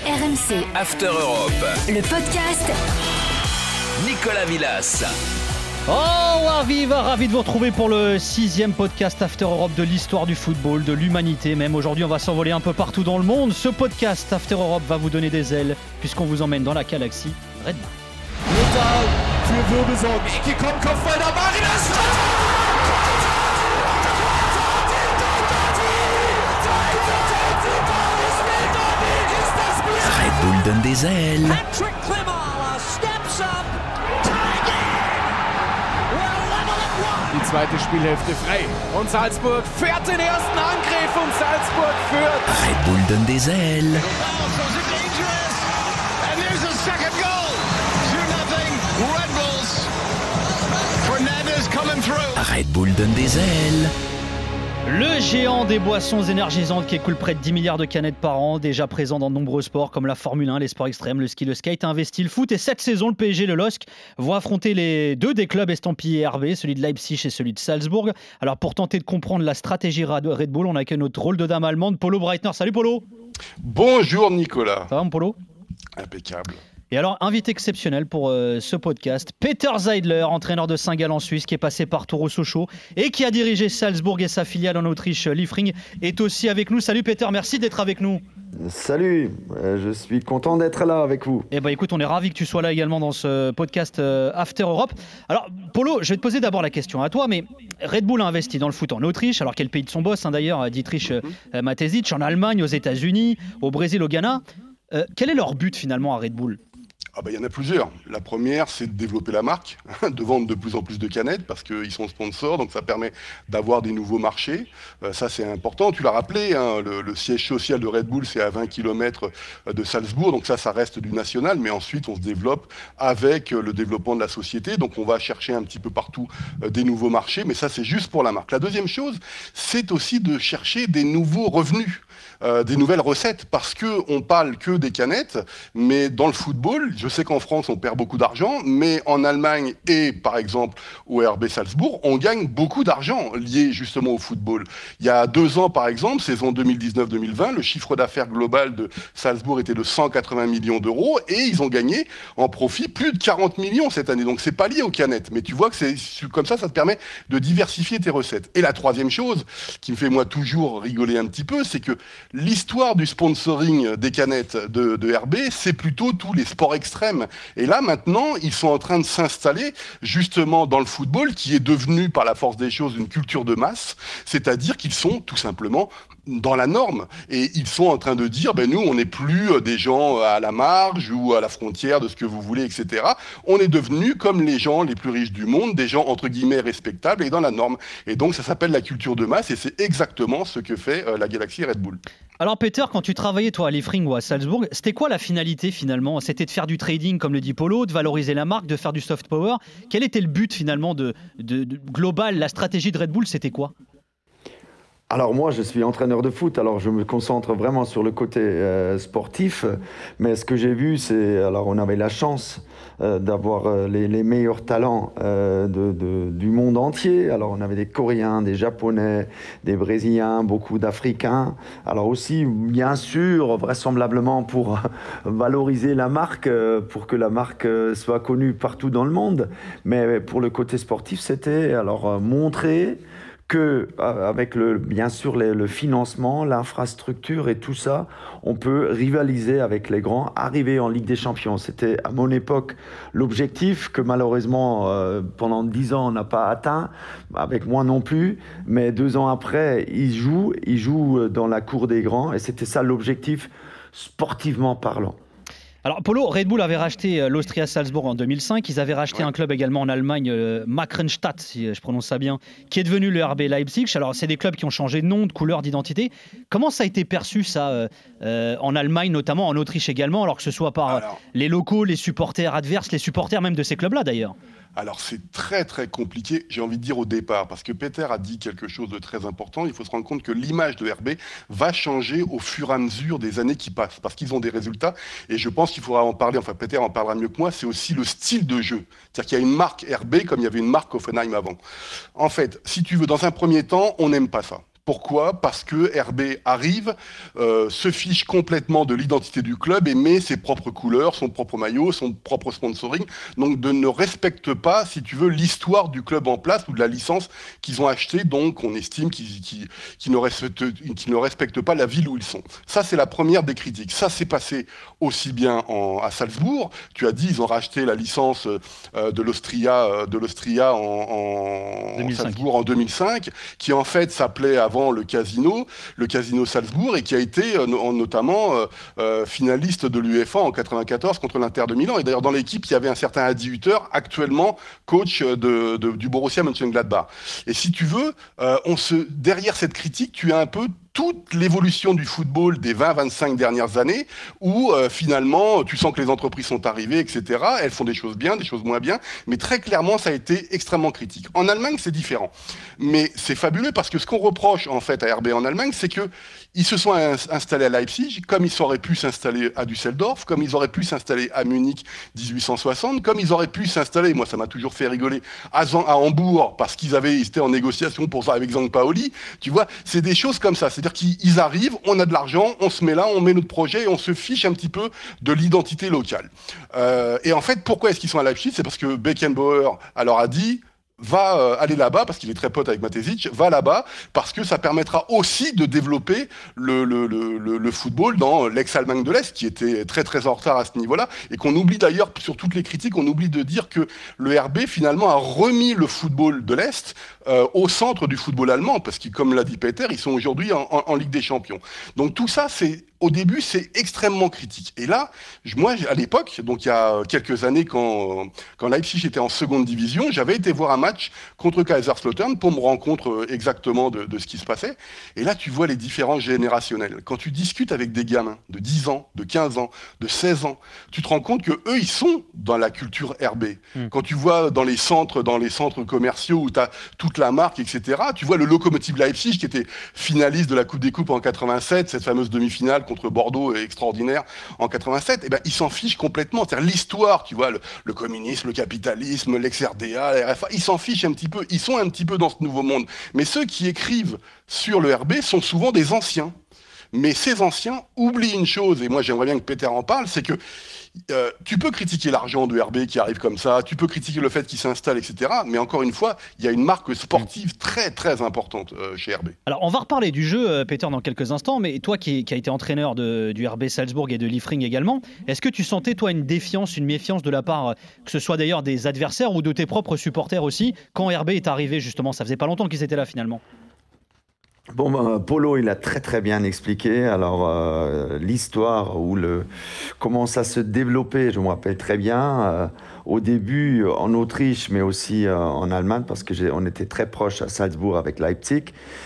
RMC After Europe, le podcast Nicolas Villas. Oh, ravi de vous retrouver pour le 6e podcast After Europe de l'histoire du football, de l'humanité même. Aujourd'hui, on va s'envoler un peu partout dans le monde. Ce podcast After Europe va vous donner des ailes puisqu'on vous emmène dans la galaxie Red Bull. Total für Wirbelsorgen. Hier kommt Kopfball da, Marinas! Red Bull donne des ailes. Patrick Klimala steps up. Tiger! We're level at one. Die zweite Spielhälfte frei. Und Salzburg fährt den ersten Angriff und Salzburg führt. Red Bull donne des ailes. Also dangerous. And there's a second goal. 2-0 Red Bulls. Fernandes coming through. Red Bull donne des ailes. Le géant des boissons énergisantes qui écoule près de 10 milliards de canettes par an, déjà présent dans de nombreux sports comme la Formule 1, les sports extrêmes, le ski, le skate, a investi le foot. Et cette saison, le PSG et le LOSC vont affronter les deux des clubs estampillés RB, celui de Leipzig et celui de Salzbourg. Alors pour tenter de comprendre la stratégie Red Bull, on accueille notre rôle de dame allemande, Polo Breitner. Salut Polo. Bonjour Nicolas. Ça va mon Polo ? Impeccable. Et alors, invité exceptionnel pour ce podcast, Peter Zeidler, entraîneur de Saint-Gall en Suisse, qui est passé par Toro Sochaux et qui a dirigé Salzbourg et sa filiale en Autriche, Liefering, est aussi avec nous. Salut Peter, merci d'être avec nous. Salut, je suis content d'être là avec vous. Eh ben écoute, on est ravis que tu sois là également dans ce podcast After Europe. Alors Polo, je vais te poser d'abord la question à toi, mais Red Bull a investi dans le foot en Autriche, alors quel pays de son boss d'ailleurs, Dietrich Mateschitz, en Allemagne, aux États-Unis, au Brésil, au Ghana. Quel est leur but finalement à Red Bull ? Il y en a plusieurs. La première, c'est de développer la marque, de vendre de plus en plus de canettes parce qu'ils sont sponsors, donc ça permet d'avoir des nouveaux marchés. Ça, c'est important. Tu l'as rappelé, le siège social de Red Bull, c'est à 20 km de Salzbourg, donc ça reste du national, mais ensuite, on se développe avec le développement de la société, donc on va chercher un petit peu partout des nouveaux marchés, mais ça, c'est juste pour la marque. La deuxième chose, c'est aussi de chercher des nouveaux revenus. Des nouvelles recettes, parce qu'on parle que des canettes, mais dans le football, je sais qu'en France on perd beaucoup d'argent, mais en Allemagne et par exemple au RB Salzbourg, on gagne beaucoup d'argent lié justement au football. Il y a 2 ans par exemple, saison 2019-2020, le chiffre d'affaires global de Salzbourg était de 180 millions d'euros et ils ont gagné en profit plus de 40 millions cette année. Donc c'est pas lié aux canettes, mais tu vois que c'est comme ça te permet de diversifier tes recettes. Et la troisième chose qui me fait moi toujours rigoler un petit peu, c'est que l'histoire du sponsoring des canettes de RB, c'est plutôt tous les sports extrêmes. Et là, maintenant, ils sont en train de s'installer justement dans le football, qui est devenu, par la force des choses, une culture de masse. C'est-à-dire qu'ils sont tout simplement dans la norme. Et ils sont en train de dire, nous, on n'est plus des gens à la marge ou à la frontière de ce que vous voulez, etc. On est devenus, comme les gens les plus riches du monde, des gens, entre guillemets, respectables et dans la norme. Et donc, ça s'appelle la culture de masse et c'est exactement ce que fait la galaxie Red Bull. Alors Peter, quand tu travaillais toi à Liefering ou à Salzbourg, c'était quoi la finalité finalement ? C'était de faire du trading comme le dit Polo, de valoriser la marque, de faire du soft power. Quel était le but finalement de global, la stratégie de Red Bull, c'était quoi ? Alors moi, je suis entraîneur de foot, alors je me concentre vraiment sur le côté sportif. Mais ce que j'ai vu, alors on avait la chance d'avoir les meilleurs talents du monde entier. Alors on avait des Coréens, des Japonais, des Brésiliens, beaucoup d'Africains. Alors aussi, bien sûr, vraisemblablement pour valoriser la marque, pour que la marque soit connue partout dans le monde. Mais pour le côté sportif, c'était alors montrer que avec bien sûr le financement, l'infrastructure et tout ça, on peut rivaliser avec les grands, arriver en Ligue des Champions. C'était à mon époque l'objectif que malheureusement pendant 10 ans on n'a pas atteint, avec moi non plus, mais 2 ans après ils jouent dans la cour des grands et c'était ça l'objectif sportivement parlant. Alors Polo, Red Bull avait racheté l'Austria Salzbourg en 2005, ils avaient racheté un club également en Allemagne, Markranstadt, si je prononce ça bien, qui est devenu le RB Leipzig. Alors c'est des clubs qui ont changé de nom, de couleur, d'identité. Comment ça a été perçu ça en Allemagne, notamment en Autriche également, alors que ce soit par les locaux, les supporters adverses, les supporters même de ces clubs-là d'ailleurs ? Alors c'est très très compliqué, j'ai envie de dire au départ, parce que Peter a dit quelque chose de très important. Il faut se rendre compte que l'image de RB va changer au fur et à mesure des années qui passent, parce qu'ils ont des résultats, et je pense qu'il faudra en parler, enfin Peter en parlera mieux que moi, c'est aussi le style de jeu. C'est-à-dire qu'il y a une marque RB comme il y avait une marque Hoffenheim avant. En fait, si tu veux, dans un premier temps, on n'aime pas ça. Pourquoi ? Parce que RB arrive, se fiche complètement de l'identité du club et met ses propres couleurs, son propre maillot, son propre sponsoring. Donc ne respecte pas, si tu veux, l'histoire du club en place ou de la licence qu'ils ont achetée. Donc on estime qu'ils ne respectent pas la ville où ils sont. Ça, c'est la première des critiques. Ça s'est passé aussi bien à Salzbourg. Tu as dit, ils ont racheté la licence de l'Austria en Salzbourg en 2005, qui en fait s'appelait avant le casino Salzbourg, et qui a été notamment finaliste de l'UEFA en 94 contre l'Inter de Milan. Et d'ailleurs, dans l'équipe, il y avait un certain Adi Hütter, actuellement coach du Borussia Mönchengladbach. Et si tu veux, derrière cette critique, tu as un peu toute l'évolution du football des 20-25 dernières années, où finalement, tu sens que les entreprises sont arrivées, etc. Elles font des choses bien, des choses moins bien, mais très clairement, ça a été extrêmement critique. En Allemagne, c'est différent. Mais c'est fabuleux parce que ce qu'on reproche en fait à RB en Allemagne, c'est qu'ils se sont installés à Leipzig, comme ils auraient pu s'installer à Düsseldorf, comme ils auraient pu s'installer à Munich 1860, comme ils auraient pu s'installer, moi ça m'a toujours fait rigoler, à Hambourg, parce qu'ils étaient en négociation pour ça avec Sampaoli. Tu vois, c'est des choses comme ça. C'est-à-dire qu'ils arrivent, on a de l'argent, on se met là, on met notre projet et on se fiche un petit peu de l'identité locale. Et en fait, pourquoi est-ce qu'ils sont à Leipzig ? C'est parce que Beckenbauer leur a dit va aller là-bas, parce qu'il est très pote avec Matezic, va là-bas, parce que ça permettra aussi de développer le football dans l'ex-Allemagne de l'Est, qui était très très en retard à ce niveau-là, et qu'on oublie d'ailleurs, sur toutes les critiques, on oublie de dire que le RB finalement a remis le football de l'Est au centre du football allemand, parce que comme l'a dit Peter, ils sont aujourd'hui en Ligue des Champions. Donc tout ça, au début, c'est extrêmement critique. Et là, moi, à l'époque, donc il y a quelques années, quand Leipzig était en seconde division, j'avais été voir un match contre Kaiserslautern pour me rendre compte exactement de ce qui se passait. Et là, tu vois les différences générationnelles. Quand tu discutes avec des gamins de 10 ans, de 15 ans, de 16 ans, tu te rends compte que eux, ils sont dans la culture RB. Quand tu vois dans les centres commerciaux où tu as toute la marque, etc., tu vois le Lokomotiv Leipzig qui était finaliste de la Coupe des Coupes en 87, cette fameuse demi-finale contre Bordeaux extraordinaire en 87, et ben ils s'en fichent complètement. C'est-à-dire l'histoire, tu vois, le communisme, le capitalisme, l'ex-RDA, la RFA, ils s'en fichent un petit peu, ils sont un petit peu dans ce nouveau monde. Mais ceux qui écrivent sur le RB sont souvent des anciens. Mais ces anciens oublient une chose, et moi j'aimerais bien que Peter en parle, c'est que tu peux critiquer l'argent de RB qui arrive comme ça, tu peux critiquer le fait qu'il s'installe, etc. Mais encore une fois, il y a une marque sportive très très importante chez RB. Alors on va reparler du jeu, Peter, dans quelques instants, mais toi qui as été entraîneur du RB Salzbourg et de Liefering également, est-ce que tu sentais toi une défiance, une méfiance de la part, que ce soit d'ailleurs des adversaires ou de tes propres supporters aussi, quand RB est arrivé justement? Ça faisait pas longtemps qu'ils étaient là finalement. Bon, Polo, il a très très bien expliqué. Alors, l'histoire ou comment ça se développait, je me rappelle très bien. Au début, en Autriche, mais aussi en Allemagne, parce qu'on était très proche à Salzbourg avec Leipzig.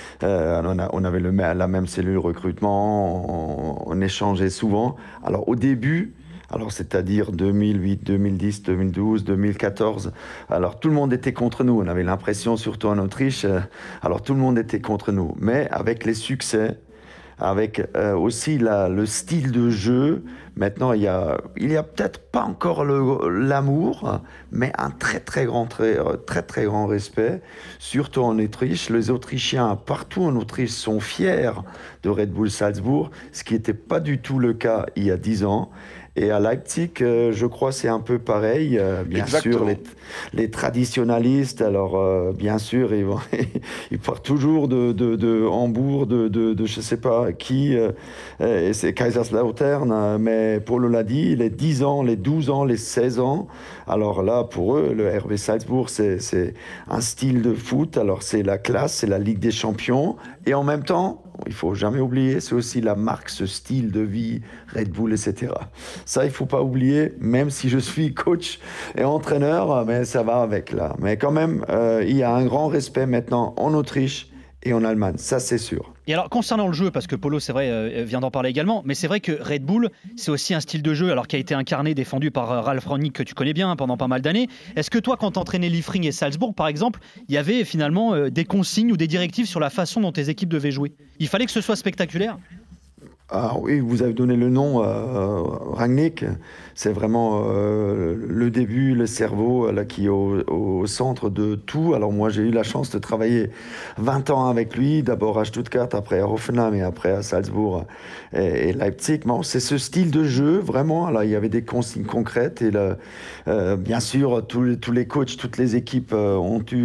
On avait la même cellule recrutement, on échangeait souvent. Alors, au début, c'est-à-dire 2008, 2010, 2012, 2014. Alors, tout le monde était contre nous. On avait l'impression, surtout en Autriche, tout le monde était contre nous. Mais avec les succès, avec aussi le style de jeu, maintenant, il y a peut-être pas encore l'amour, mais un très, très grand respect, surtout en Autriche. Les Autrichiens, partout en Autriche, sont fiers de Red Bull Salzbourg, ce qui n'était pas du tout le cas il y a 10 ans. Et à Leipzig, je crois, c'est un peu pareil. Bien sûr, les traditionalistes, alors bien sûr, ils partent toujours de Hambourg, de je ne sais pas qui, et c'est Kaiserslautern, mais Paulo l'a dit, les 10 ans, les 12 ans, les 16 ans. Alors là, pour eux, le RB Salzbourg, c'est un style de foot. Alors c'est la classe, c'est la Ligue des Champions. Et en même temps, il ne faut jamais oublier, c'est aussi la marque, ce style de vie, Red Bull, etc. Ça, il ne faut pas oublier, même si je suis coach et entraîneur, mais ça va avec là. Mais quand même, il y a un grand respect maintenant en Autriche et en Allemagne, ça c'est sûr. Et alors concernant le jeu, parce que Polo, c'est vrai, vient d'en parler également, mais c'est vrai que Red Bull, c'est aussi un style de jeu alors qui a été incarné, défendu par Ralf Rangnick, que tu connais bien pendant pas mal d'années. Est-ce que toi, quand t'entraînais Liefering et Salzbourg, par exemple, il y avait finalement des consignes ou des directives sur la façon dont tes équipes devaient jouer? Il fallait que ce soit spectaculaire? Ah oui, vous avez donné le nom, Rangnick. C'est vraiment le début, le cerveau là, qui est au centre de tout. Alors moi, j'ai eu la chance de travailler 20 ans avec lui, d'abord à Stuttgart, après à Hoffenheim et après à Salzbourg et Leipzig. Bon, c'est ce style de jeu, vraiment. Là, il y avait des consignes concrètes et bien sûr, tous les coachs, toutes les équipes ont eu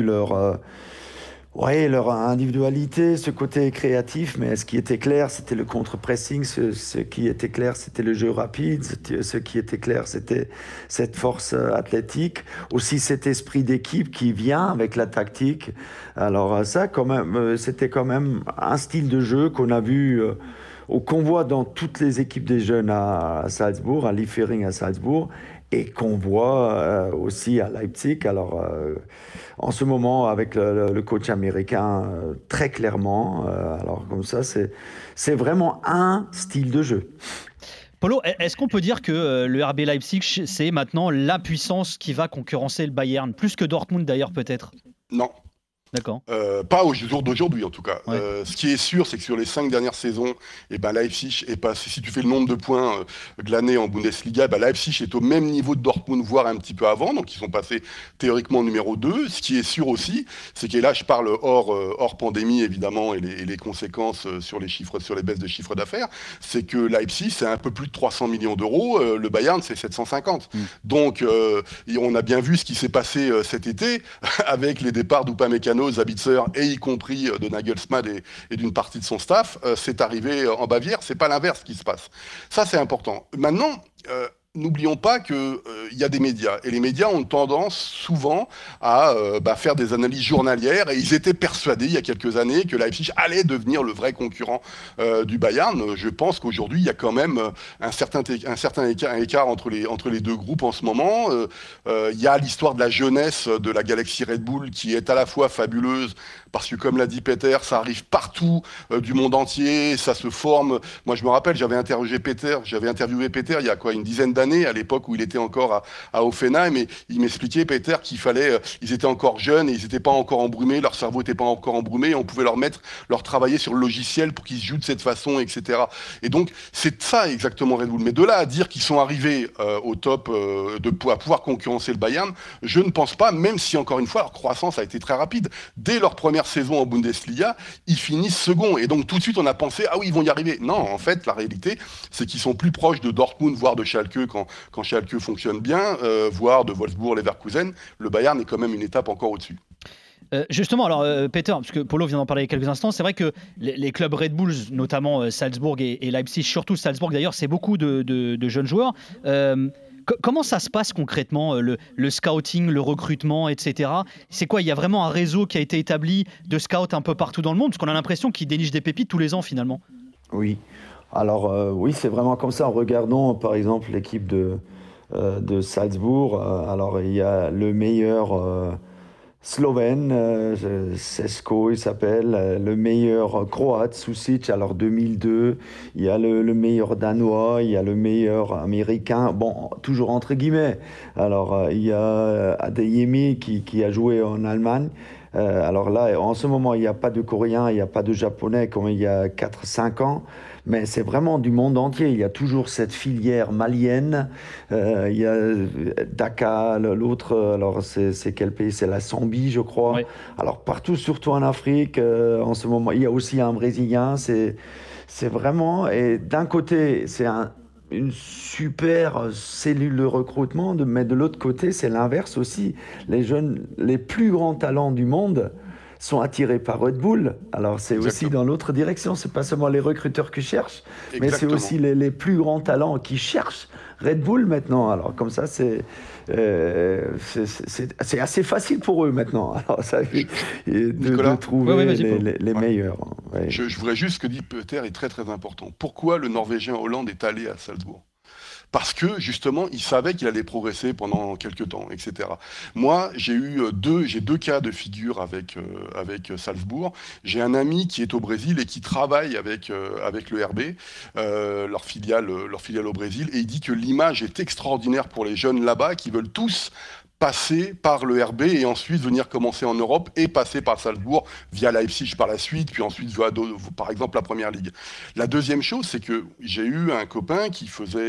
leur individualité, ce côté créatif, mais ce qui était clair, c'était le contre-pressing, ce qui était clair, c'était le jeu rapide, ce qui était clair, c'était cette force athlétique, aussi cet esprit d'équipe qui vient avec la tactique. Alors ça, quand même, c'était quand même un style de jeu qu'on a vu, qu'on voit dans toutes les équipes des jeunes à Salzbourg, à Liefering à Salzbourg, et qu'on voit aussi à Leipzig. Alors, en ce moment, avec le coach américain, très clairement, alors comme ça, c'est vraiment un style de jeu. Polo, est-ce qu'on peut dire que le RB Leipzig, c'est maintenant la puissance qui va concurrencer le Bayern, plus que Dortmund d'ailleurs peut-être? Non. D'accord. Pas au jour d'aujourd'hui en tout cas. Ouais. Ce qui est sûr, c'est que sur les 5 dernières saisons, Leipzig est passé, si tu fais le nombre de points glanés en Bundesliga, Leipzig est au même niveau de Dortmund, voire un petit peu avant, donc ils sont passés théoriquement numéro 2. Ce qui est sûr aussi, c'est que là je parle hors pandémie évidemment et les conséquences sur les baisses de chiffre d'affaires, c'est que Leipzig c'est un peu plus de 300 millions d'euros, le Bayern c'est 750. Donc on a bien vu ce qui s'est passé cet été avec les départs d'Upamecano, Sabitzer et y compris de Nagelsmann et d'une partie de son staff, c'est arrivé en Bavière, c'est pas l'inverse qui se passe. Ça c'est important. Maintenant, n'oublions pas qu'il y a des médias, et les médias ont tendance souvent à faire des analyses journalières, et ils étaient persuadés il y a quelques années que Leipzig allait devenir le vrai concurrent du Bayern. Je pense qu'aujourd'hui il y a quand même un certain écart entre les deux groupes en ce moment. Il y a l'histoire de la jeunesse de la galaxie Red Bull qui est à la fois fabuleuse, parce que comme l'a dit Peter, ça arrive partout du monde entier, ça se forme. Moi je me rappelle, j'avais interviewé Peter il y a une dizaine d'années, à l'époque où il était encore à Hoffenheim, et il m'expliquait, Peter, ils étaient encore jeunes et ils n'étaient pas encore embrumés, leur cerveau n'était pas encore embrumé, et on pouvait leur travailler sur le logiciel pour qu'ils se jouent de cette façon, etc. Et donc c'est ça exactement Red Bull. Mais de là à dire qu'ils sont arrivés au top, à pouvoir concurrencer le Bayern, je ne pense pas, même si encore une fois leur croissance a été très rapide. Dès leur première saison en Bundesliga, ils finissent second, et donc tout de suite on a pensé ah oui, ils vont y arriver. Non, en fait la réalité c'est qu'ils sont plus proches de Dortmund, voire de Schalke quand Schalke fonctionne bien, voire de Wolfsburg, Leverkusen. Le Bayern est quand même une étape encore au-dessus. Justement, alors Peter, parce que Polo vient d'en parler il y a quelques instants, c'est vrai que les clubs Red Bulls, notamment Salzbourg et Leipzig, surtout Salzbourg d'ailleurs, c'est beaucoup de jeunes joueurs. Comment ça se passe concrètement, le scouting, le recrutement, etc. C'est quoi? Il y a vraiment un réseau qui a été établi de scouts un peu partout dans le monde, parce qu'on a l'impression qu'ils dénichent des pépites tous les ans finalement. Oui, alors oui, c'est vraiment comme ça. En regardant par exemple l'équipe de Salzbourg, alors il y a le meilleur Slovène, Sesko il s'appelle, le meilleur Croate, Susic, alors 2002, il y a le meilleur Danois, il y a le meilleur Américain, bon, toujours entre guillemets. Alors il y a Adeyemi qui a joué en Allemagne. Alors là, en ce moment, il n'y a pas de Coréens, il n'y a pas de Japonais comme il y a 4-5 ans, mais c'est vraiment du monde entier. Il y a toujours cette filière malienne, il y a Dakar, l'autre, alors c'est quel pays? C'est la Zambie, je crois. Oui. Alors partout, surtout en Afrique, en ce moment, il y a aussi un Brésilien, c'est vraiment, et d'un côté, c'est une super cellule de recrutement, mais de l'autre côté, c'est l'inverse aussi. Les jeunes, les plus grands talents du monde sont attirés par Red Bull. Alors c'est aussi dans l'autre direction, c'est pas seulement les recruteurs qui cherchent, mais c'est aussi les plus grands talents qui cherchent Red Bull maintenant. Alors comme ça, c'est assez facile pour eux maintenant. Alors ça, de trouver les meilleurs. Ouais. Je voudrais juste que dit Peter est très très important. Pourquoi le Norvégien Hollande est allé à Salzbourg? Parce que justement, il savait qu'il allait progresser pendant quelques temps, etc. Moi, j'ai deux cas de figure avec Salzbourg. J'ai un ami qui est au Brésil et qui travaille avec le RB, leur filiale au Brésil, et il dit que l'image est extraordinaire pour les jeunes là-bas qui veulent tous passer par le RB et ensuite venir commencer en Europe et passer par Salzbourg via Leipzig par la suite, puis ensuite via, par exemple, la Première Ligue. La deuxième chose, c'est que j'ai eu un copain qui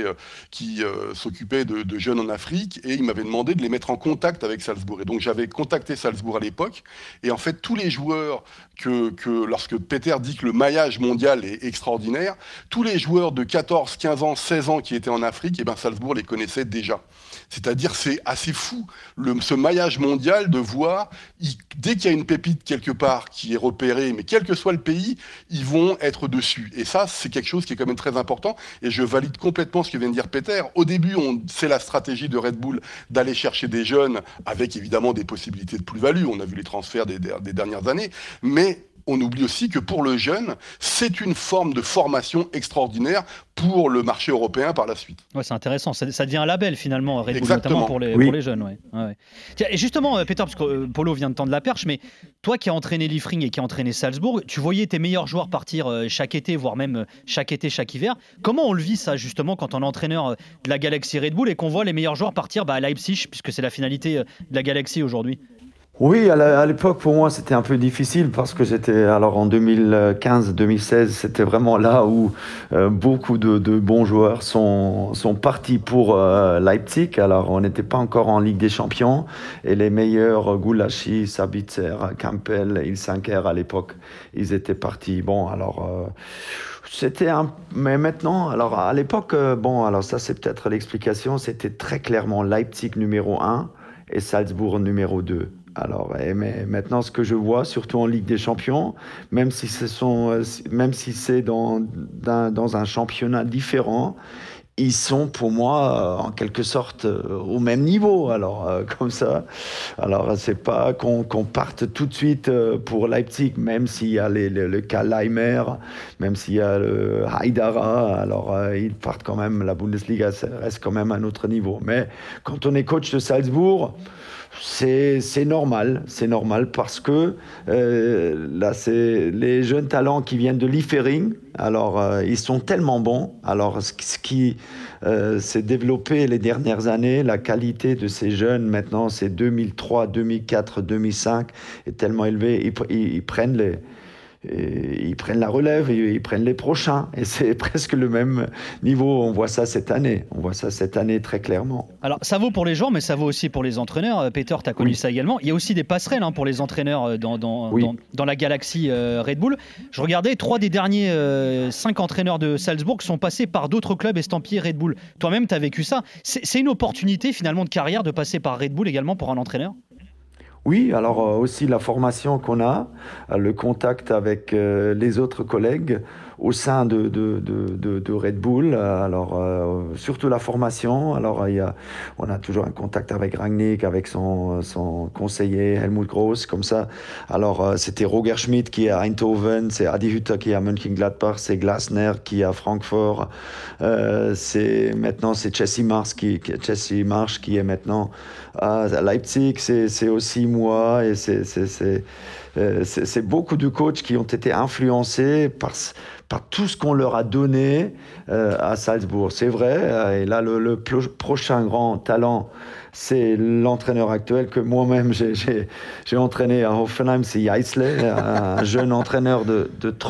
s'occupait de jeunes en Afrique et il m'avait demandé de les mettre en contact avec Salzbourg. Et donc j'avais contacté Salzbourg à l'époque et en fait tous les joueurs lorsque Peter dit que le maillage mondial est extraordinaire, tous les joueurs de 14, 15 ans, 16 ans qui étaient en Afrique, Salzbourg les connaissait déjà. C'est-à-dire, c'est assez fou, ce maillage mondial de voir, dès qu'il y a une pépite quelque part qui est repérée, mais quel que soit le pays, ils vont être dessus. Et ça, c'est quelque chose qui est quand même très important. Et je valide complètement ce que vient de dire Peter. Au début, c'est la stratégie de Red Bull d'aller chercher des jeunes avec évidemment des possibilités de plus-value. On a vu les transferts des dernières années. Mais on oublie aussi que pour le jeune, c'est une forme de formation extraordinaire pour le marché européen par la suite. Ouais, c'est intéressant. Ça devient un label finalement, Red Bull, Exactement. notamment pour les jeunes. Ouais. Tiens, et justement, Peter, parce que Polo vient de tendre la perche, mais toi qui as entraîné Liefering et qui as entraîné Salzbourg, tu voyais tes meilleurs joueurs partir chaque été, voire même chaque été, chaque hiver. Comment on le vit ça justement quand on est entraîneur de la Galaxy Red Bull et qu'on voit les meilleurs joueurs partir à Leipzig, puisque c'est la finalité de la Galaxy aujourd'hui? Oui, à l'époque, pour moi, c'était un peu difficile parce que alors en 2015-2016, c'était vraiment là où beaucoup de bons joueurs sont partis pour Leipzig. Alors, on n'était pas encore en Ligue des Champions et les meilleurs, Gulácsi, Sabitzer, Campbell, Ilsanker à l'époque, ils étaient partis. Bon, alors... Mais maintenant, alors à l'époque, alors ça c'est peut-être l'explication, c'était très clairement Leipzig numéro 1 et Salzbourg numéro 2. Alors, mais maintenant, ce que je vois, surtout en Ligue des Champions, même si c'est dans un championnat différent, ils sont pour moi en quelque sorte au même niveau. Alors comme ça, alors c'est pas qu'on parte tout de suite pour Leipzig, même s'il y a le cas Leimer, même s'il y a le Haidara, alors ils partent quand même. La Bundesliga reste quand même à un autre niveau. Mais quand on est coach de Salzbourg, c'est normal parce que là c'est les jeunes talents qui viennent de Liefering. Alors ils sont tellement bons. Alors ce qui s'est développé les dernières années, la qualité de ces jeunes maintenant, c'est 2003, 2004, 2005 est tellement élevée. Ils prennent la relève, ils prennent les prochains. Et c'est presque le même niveau. On voit ça cette année. Très clairement. Alors, ça vaut pour les gens, mais ça vaut aussi pour les entraîneurs. Peter, tu as connu ça également. Il y a aussi des passerelles pour les entraîneurs dans la galaxie Red Bull. Je regardais, 3 des derniers 5 entraîneurs de Salzbourg sont passés par d'autres clubs estampillés Red Bull. Toi-même, tu as vécu ça. C'est une opportunité, finalement, de carrière de passer par Red Bull également pour un entraîneur ? Oui, alors aussi la formation qu'on a, le contact avec les autres collègues au sein de Red Bull, alors surtout la formation. Alors on a toujours un contact avec Rangnick, avec son conseiller Helmut Groß, comme ça. Alors c'était Roger Schmidt qui est à Eindhoven, c'est Adi Hütter qui est à Mönchengladbach, c'est Glasner qui est à Francfort, c'est Jesse Marsch qui est maintenant à Leipzig, c'est aussi moi, et c'est beaucoup de coachs qui ont été influencés par tout ce qu'on leur a donné à Salzbourg. C'est vrai, et là le prochain grand talent, c'est l'entraîneur actuel que moi-même j'ai entraîné à Hoffenheim, c'est Jeißle, un jeune entraîneur de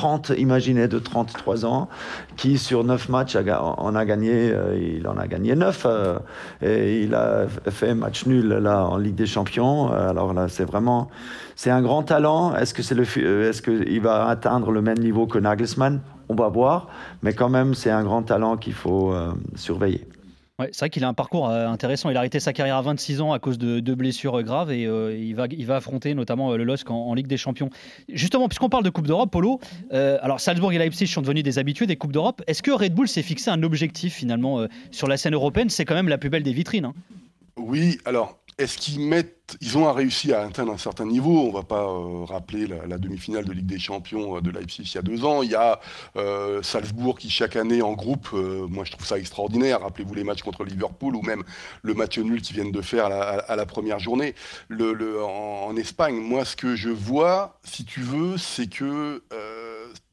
33 ans, qui sur 9 matchs il en a gagné 9, et il a fait un match nul là en Ligue des Champions. Alors là, c'est un grand talent. Est-ce qu'il va atteindre le même niveau que Nagelsmann? On va voir, mais quand même, c'est un grand talent qu'il faut surveiller. Ouais, c'est vrai qu'il a un parcours intéressant. Il a arrêté sa carrière à 26 ans à cause de blessures graves et il va affronter notamment le LOSC en Ligue des Champions. Justement, puisqu'on parle de Coupe d'Europe, Polo, alors Salzbourg et Leipzig sont devenus des habitués des Coupes d'Europe. Est-ce que Red Bull s'est fixé un objectif finalement sur la scène européenne? C'est quand même la plus belle des vitrines. Oui, alors, est-ce ils ont réussi à atteindre un certain niveau? On ne va pas rappeler la demi-finale de Ligue des Champions de Leipzig il y a 2 ans. Il y a Salzbourg qui, chaque année, en groupe, moi je trouve ça extraordinaire. Rappelez-vous les matchs contre Liverpool ou même le match nul qu'ils viennent de faire à la première journée. En Espagne, moi ce que je vois, si tu veux, c'est que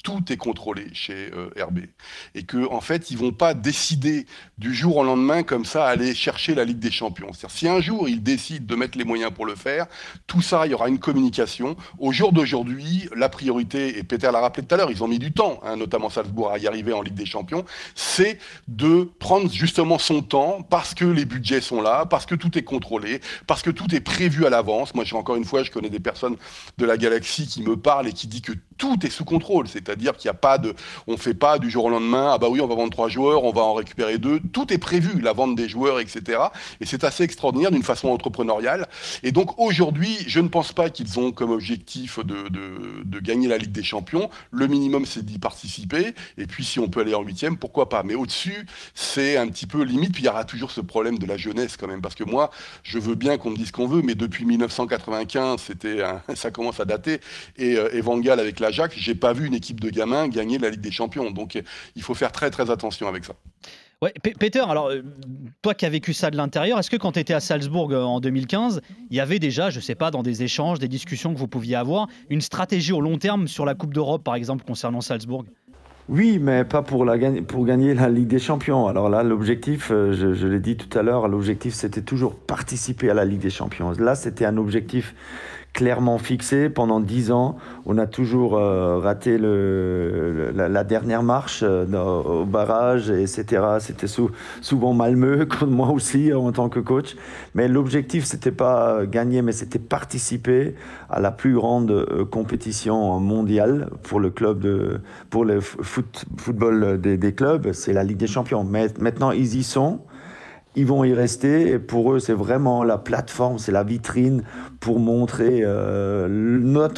tout est contrôlé chez RB. Et qu'en fait, ils vont pas décider du jour au lendemain comme ça aller chercher la Ligue des Champions. C'est-à-dire, si un jour ils décident de mettre les moyens pour le faire, tout ça, il y aura une communication. Au jour d'aujourd'hui, la priorité, et Peter l'a rappelé tout à l'heure, ils ont mis du temps, notamment Salzbourg, à y arriver en Ligue des Champions, c'est de prendre justement son temps parce que les budgets sont là, parce que tout est contrôlé, parce que tout est prévu à l'avance. Moi, encore une fois, je connais des personnes de la galaxie qui me parlent et qui disent que tout est sous contrôle, c'est-à-dire qu'il n'y a pas on fait pas du jour au lendemain, ah bah oui, on va vendre 3 joueurs, on va en récupérer 2, tout est prévu, la vente des joueurs, etc. Et c'est assez extraordinaire d'une façon entrepreneuriale. Et donc aujourd'hui, je ne pense pas qu'ils ont comme objectif de gagner la Ligue des Champions. Le minimum, c'est d'y participer. Et puis si on peut aller en 8e, pourquoi pas. Mais au-dessus, c'est un petit peu limite. Puis il y aura toujours ce problème de la jeunesse quand même, parce que moi, je veux bien qu'on me dise ce qu'on veut, mais depuis 1995, ça commence à dater. Et Van Gaal avec l'Ajax, j'ai pas vu une équipe de gamins gagner la Ligue des Champions. Donc il faut faire très très attention avec ça. Ouais, Peter, alors toi qui as vécu ça de l'intérieur, est-ce que quand tu étais à Salzbourg en 2015, il y avait déjà, je sais pas, dans des échanges, des discussions que vous pouviez avoir, une stratégie au long terme sur la Coupe d'Europe, par exemple, concernant Salzbourg ? Oui, mais pas pour gagner la Ligue des Champions. Alors là, l'objectif, je l'ai dit tout à l'heure, l'objectif c'était toujours participer à la Ligue des Champions. Là, c'était un objectif clairement fixé. Pendant 10 ans, on a toujours raté la dernière marche au barrage, etc. C'était souvent Malmö, comme moi aussi, en tant que coach. Mais l'objectif, c'était pas gagner, mais c'était participer à la plus grande compétition mondiale pour le club pour le football des clubs. C'est la Ligue des Champions. Mais maintenant, ils y sont. Ils vont y rester et pour eux, c'est vraiment la plateforme, c'est la vitrine pour montrer leur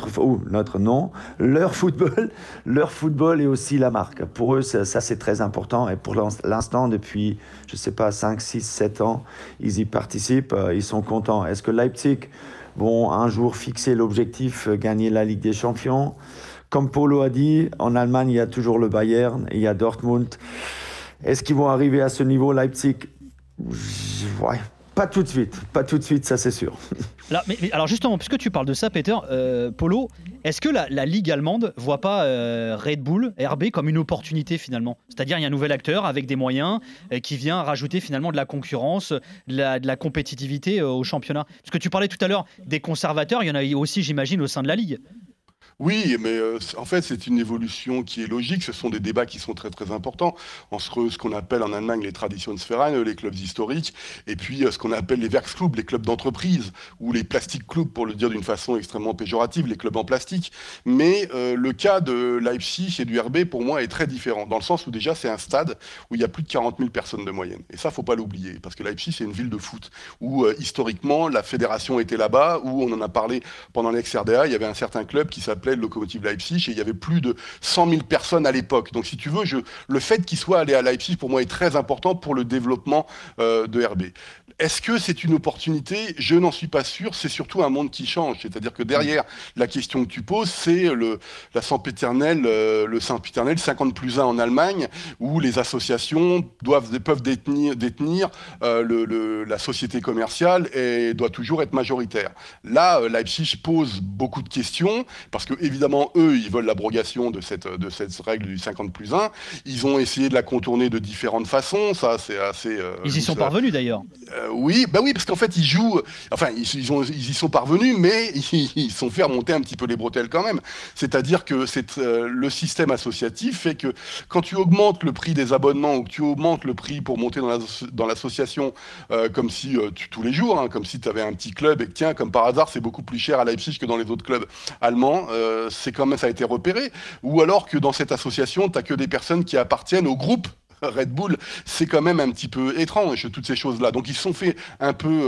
football et aussi la marque. Pour eux, ça c'est très important et pour l'instant, depuis, je sais pas, 5, 6, 7 ans, ils y participent, ils sont contents. Est-ce que Leipzig vont un jour fixer l'objectif, gagner la Ligue des Champions ? Comme Paulo a dit, en Allemagne, il y a toujours le Bayern, il y a Dortmund. Est-ce qu'ils vont arriver à ce niveau, Leipzig ? Ouais, pas tout de suite, ça c'est sûr. Là, mais alors justement, puisque tu parles de ça, Peter, Paulo, est-ce que la Ligue allemande voit pas Red Bull, RB, comme une opportunité finalement ? C'est-à-dire il y a un nouvel acteur avec des moyens qui vient rajouter finalement de la concurrence, de la compétitivité au championnat. Parce que tu parlais tout à l'heure des conservateurs, il y en a aussi, j'imagine, au sein de la Ligue. Oui, mais en fait, c'est une évolution qui est logique. Ce sont des débats qui sont très très importants entre ce qu'on appelle en Allemagne les Traditionsvereine, les clubs historiques, et puis ce qu'on appelle les Werksclubs, les clubs d'entreprise, ou les Plastic Clubs, pour le dire d'une façon extrêmement péjorative, les clubs en plastique. Mais le cas de Leipzig et du RB, pour moi, est très différent, dans le sens où déjà, c'est un stade où il y a plus de 40 000 personnes de moyenne. Et ça, faut pas l'oublier, parce que Leipzig, c'est une ville de foot, où historiquement, la fédération était là-bas, où on en a parlé pendant l'ex-RDA, il y avait un certain club qui s'appelait le Lokomotiv Leipzig, et il y avait plus de 100 000 personnes à l'époque. Donc si tu veux, le fait qu'il soit allé à Leipzig, pour moi, est très important pour le développement de RB. Est-ce que c'est une opportunité ? Je n'en suis pas sûr. C'est surtout un monde qui change. C'est-à-dire que derrière la question que tu poses, c'est le Saint-Péternel 50+1 en Allemagne, où les associations peuvent détenir la société commerciale et doit toujours être majoritaire. Là, Leipzig pose beaucoup de questions, parce que évidemment, eux, ils veulent l'abrogation de cette règle du 50+1. Ils ont essayé de la contourner de différentes façons. Ça, c'est assez... Ils y sont parvenus d'ailleurs. Oui, parce qu'en fait, ils y sont parvenus, mais ils sont fait remonter un petit peu les bretelles quand même. C'est-à-dire que le système associatif fait que quand tu augmentes le prix des abonnements ou que tu augmentes le prix pour monter dans l'association, comme si tous les jours, comme si tu avais un petit club et que tiens, comme par hasard, c'est beaucoup plus cher à Leipzig que dans les autres clubs allemands, c'est quand même, ça a été repéré. Ou alors que dans cette association, tu n'as que des personnes qui appartiennent au groupe Red Bull, c'est quand même un petit peu étrange, toutes ces choses-là. Donc ils se sont fait un peu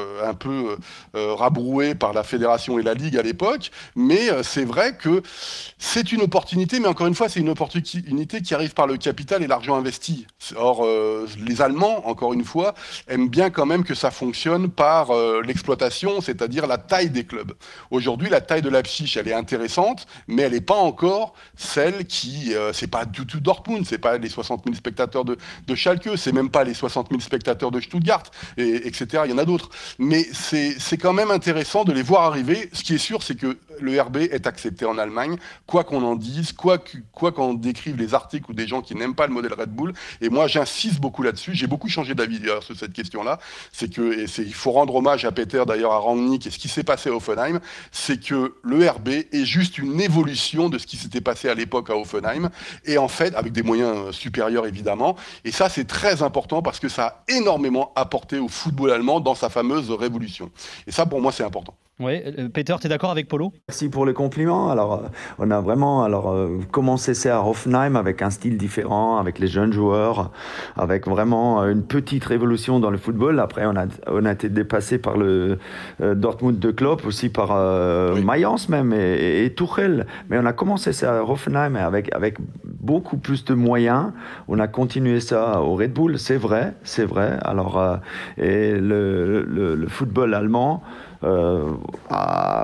rabrouer par la fédération et la Ligue à l'époque, mais c'est vrai que c'est une opportunité, mais encore une fois, c'est une opportunité qui arrive par le capital et l'argent investi. Or, les Allemands, encore une fois, aiment bien quand même que ça fonctionne par l'exploitation, c'est-à-dire la taille des clubs. Aujourd'hui, la taille de Leipzig, elle est intéressante, mais elle n'est pas encore celle qui... c'est pas du tout Dortmund, c'est pas les 60 000 spectateurs spectateurs de Schalke, c'est même pas les 60 000 spectateurs de Stuttgart, etc. Il y en a d'autres. Mais c'est quand même intéressant de les voir arriver. Ce qui est sûr, c'est que le RB est accepté en Allemagne, quoi qu'on en dise, quoi qu'on décrive les articles ou des gens qui n'aiment pas le modèle Red Bull. Et moi, j'insiste beaucoup là-dessus. J'ai beaucoup changé d'avis d'ailleurs sur cette question-là. Il faut rendre hommage à Peter, d'ailleurs à Rangnick, et ce qui s'est passé à Hoffenheim, c'est que le RB est juste une évolution de ce qui s'était passé à l'époque à Hoffenheim, et en fait, avec des moyens supérieurs évidemment. Et ça, c'est très important parce que ça a énormément apporté au football allemand dans sa fameuse révolution. Et ça, pour moi, c'est important. Oui, Peter, tu es d'accord avec Polo ? Merci pour le compliment. Alors, on a vraiment commencé ça à Hoffenheim avec un style différent, avec les jeunes joueurs, avec vraiment une petite révolution dans le football. Après, on a été dépassé par le Dortmund de Klopp, aussi par Mayence même et Tuchel. Mais on a commencé ça à Hoffenheim avec beaucoup plus de moyens. On a continué ça au Red Bull, c'est vrai. Alors, et le football allemand, on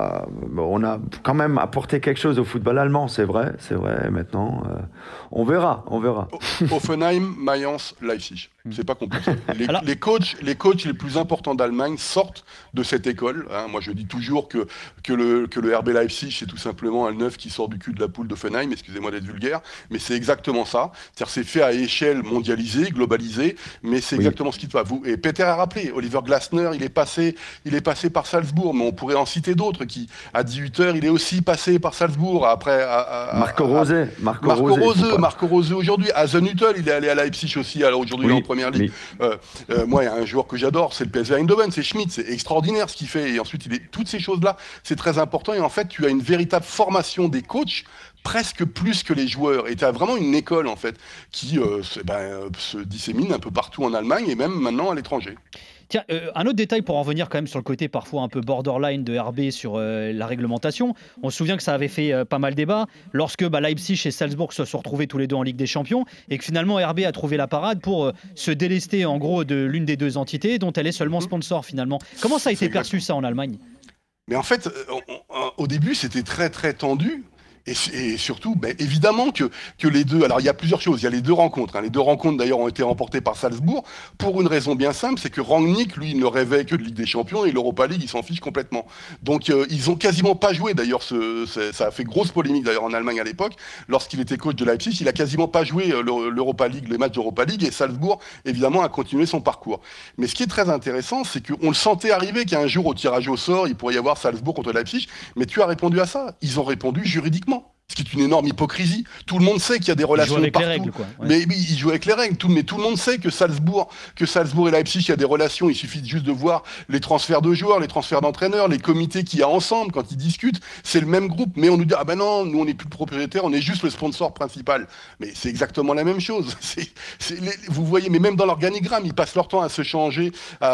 a quand même apporté quelque chose au football allemand, c'est vrai. Maintenant, on verra. Hoffenheim, Mayence, Leipzig. C'est pas compliqué. Les coachs les plus importants d'Allemagne sortent de cette école. Moi, je dis toujours que le RB Leipzig, c'est tout simplement un neuf qui sort du cul de la poule d'Hoffenheim. Excusez-moi d'être vulgaire, mais c'est exactement ça. C'est-à-dire, c'est fait à échelle mondialisée, globalisée, mais c'est exactement ce qui te va. Et Peter a rappelé, Oliver Glasner, il est passé par Salzbourg, mais on pourrait en citer d'autres qui, à 18h, il est aussi passé par Salzbourg. Après, Marco Rose aujourd'hui. Hasenhüttl, il est allé à Leipzig aussi. Alors aujourd'hui, il est en première ligue. Moi, il y a un joueur que j'adore, c'est le PSV Eindhoven, c'est Schmidt. C'est extraordinaire ce qu'il fait. Et ensuite, toutes ces choses-là, c'est très important. Et en fait, tu as une véritable formation des coachs, presque plus que les joueurs. Et tu as vraiment une école, en fait, qui se dissémine un peu partout en Allemagne et même maintenant à l'étranger. Tiens, un autre détail pour en venir quand même sur le côté parfois un peu borderline de RB sur la réglementation. On se souvient que ça avait fait pas mal débat lorsque Leipzig et Salzbourg se sont retrouvés tous les deux en Ligue des Champions et que finalement RB a trouvé la parade pour se délester en gros de l'une des deux entités dont elle est seulement sponsor finalement. Comment ça a été perçu ça en Allemagne ? Mais en fait, au début, c'était très très tendu. Et surtout, évidemment que les deux... Alors, il y a plusieurs choses. Il y a les deux rencontres. Les deux rencontres, d'ailleurs, ont été remportées par Salzbourg pour une raison bien simple, c'est que Rangnick, lui, il ne rêvait que de Ligue des Champions et l'Europa League, il s'en fiche complètement. Donc, ils ont quasiment pas joué, d'ailleurs. Ça a fait grosse polémique, d'ailleurs, en Allemagne à l'époque. Lorsqu'il était coach de Leipzig, il a quasiment pas joué l'Europa League, les matchs d'Europa League, et Salzbourg, évidemment, a continué son parcours. Mais ce qui est très intéressant, c'est qu'on le sentait arriver qu'un jour, au tirage au sort, il pourrait y avoir Salzbourg contre Leipzig. Mais tu as répondu à ça. Ils ont répondu juridiquement. Ce qui est une énorme hypocrisie. Tout le monde sait qu'il y a des relations partout. Ils jouent avec les règles, quoi. Ouais. Mais ils jouent avec les règles. Mais tout le monde sait que Salzbourg et Leipzig, il y a des relations. Il suffit juste de voir les transferts de joueurs, les transferts d'entraîneurs, les comités qu'il y a ensemble quand ils discutent. C'est le même groupe. Mais on nous dit, non, nous on n'est plus le propriétaire, on est juste le sponsor principal. Mais c'est exactement la même chose. Vous voyez, mais même dans l'organigramme, ils passent leur temps à se changer,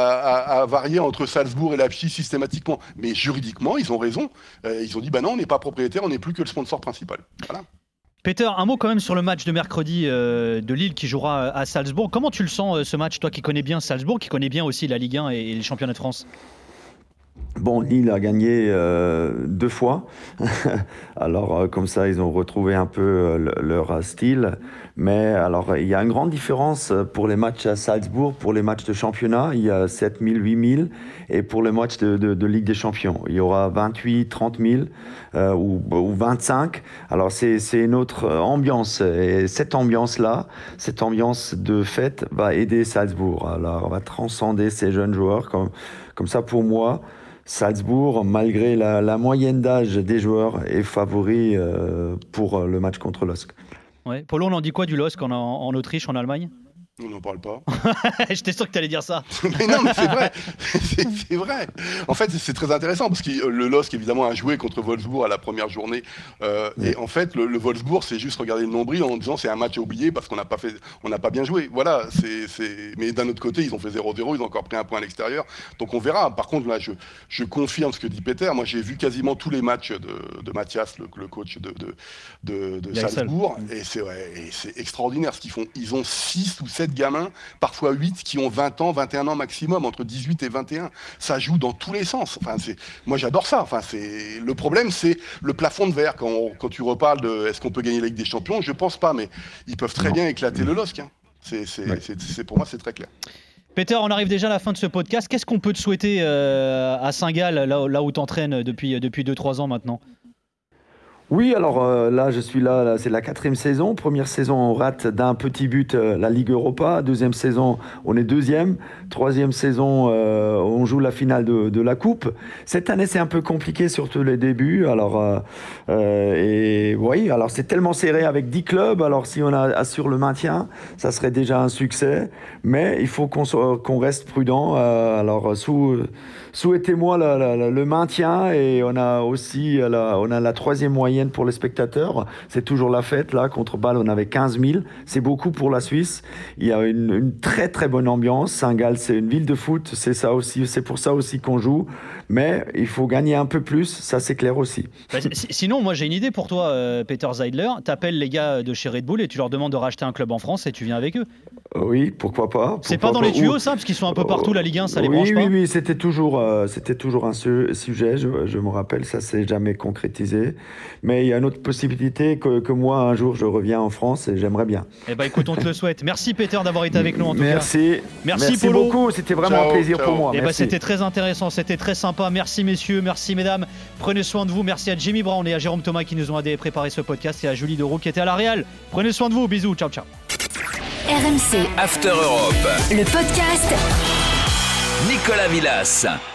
à varier entre Salzbourg et Leipzig systématiquement. Mais juridiquement, ils ont raison. Ils ont dit, non, on n'est pas propriétaire, on n'est plus que le sponsor principal. Voilà. Peter, un mot quand même sur le match de mercredi de Lille qui jouera à Salzbourg. Comment tu le sens ce match, toi qui connais bien Salzbourg, qui connais bien aussi la Ligue 1 et les championnats de France ? Bon, Lille a gagné 2 fois. Alors, comme ça, ils ont retrouvé un peu leur style. Mais alors, il y a une grande différence pour les matchs à Salzbourg, pour les matchs de championnat. Il y a 7 000, 8 000. Et pour les matchs de Ligue des Champions, il y aura 28, 30 000 ou 25. Alors, c'est une autre ambiance. Et cette ambiance-là, cette ambiance de fête va aider Salzbourg. Alors, on va transcender ces jeunes joueurs. Comme ça, pour moi, Salzbourg, malgré la moyenne d'âge des joueurs, est favori pour le match contre LOSC. Ouais. Polo, on en dit quoi du LOSC en Autriche, en Allemagne ? On n'en parle pas. J'étais sûr que tu allais dire ça. Mais non, mais c'est vrai. C'est vrai. En fait, c'est très intéressant parce que le LOSC, évidemment, a joué contre Wolfsburg à la première journée. Et en fait, le Wolfsburg, c'est juste regarder le nombril en disant c'est un match à oublier parce qu'on n'a pas bien joué. Voilà. Mais d'un autre côté, ils ont fait 0-0, ils ont encore pris un point à l'extérieur. Donc on verra. Par contre, là, je confirme ce que dit Peter. Moi, j'ai vu quasiment tous les matchs de Mathias, le coach de Salzbourg. Et c'est extraordinaire ce qu'ils font. Ils ont 6 ou 7 gamins, parfois 8, qui ont 20 ans, 21 ans maximum, entre 18 et 21. Ça joue dans tous les sens. Moi, j'adore ça. Le problème, c'est le plafond de verre. Quand tu reparles de est-ce qu'on peut gagner la Ligue des Champions, je pense pas, mais ils peuvent très bien éclater le LOSC. Pour moi, c'est très clair. Peter, on arrive déjà à la fin de ce podcast. Qu'est-ce qu'on peut te souhaiter à Saint-Gall, là où tu entraînes depuis 2-3 ans maintenant ? Oui, alors là, je suis là, c'est la 4e saison. Première saison, on rate d'un petit but la Ligue Europa. Deuxième saison, on est 2e. Troisième saison, on joue la finale de la Coupe. Cette année, c'est un peu compliqué, surtout les débuts. Alors, et oui, alors c'est tellement serré avec 10 clubs. Alors, si on assure le maintien, ça serait déjà un succès. Mais il faut qu'on reste prudent. Alors, souhaitez-moi le maintien, et on a aussi la 3e moyenne pour les spectateurs. C'est toujours la fête. Là, contre Bâle, on avait 15 000. C'est beaucoup pour la Suisse. Il y a une très très bonne ambiance. Saint-Gall, c'est une ville de foot. C'est pour ça aussi qu'on joue. Mais il faut gagner un peu plus. Ça, c'est clair aussi. Sinon, moi, j'ai une idée pour toi, Peter Zeidler. T'appelles les gars de chez Red Bull et tu leur demandes de racheter un club en France et tu viens avec eux. Oui, pourquoi pas. C'est pas dans les tuyaux, ça, parce qu'ils sont un peu partout, la Ligue 1, ça les branche pas. Oui, c'était toujours un sujet, je me rappelle, ça s'est jamais concrétisé. Mais il y a une autre possibilité que moi, un jour, je reviens en France et j'aimerais bien. Eh ben, écoute, on te le souhaite. Merci, Peter, d'avoir été avec nous, en tout cas. Merci Polo. beaucoup, c'était vraiment un plaisir pour moi. Eh ben, c'était très intéressant, c'était très sympa. Merci, messieurs, merci, mesdames. Prenez soin de vous. Merci à Jimmy Brown et à Jérôme Thomas qui nous ont aidé à préparer ce podcast, et à Julie Deroux qui était à la Réal. Prenez soin de vous, bisous, ciao, ciao. RMC After Europe, le podcast Nicolas Villas.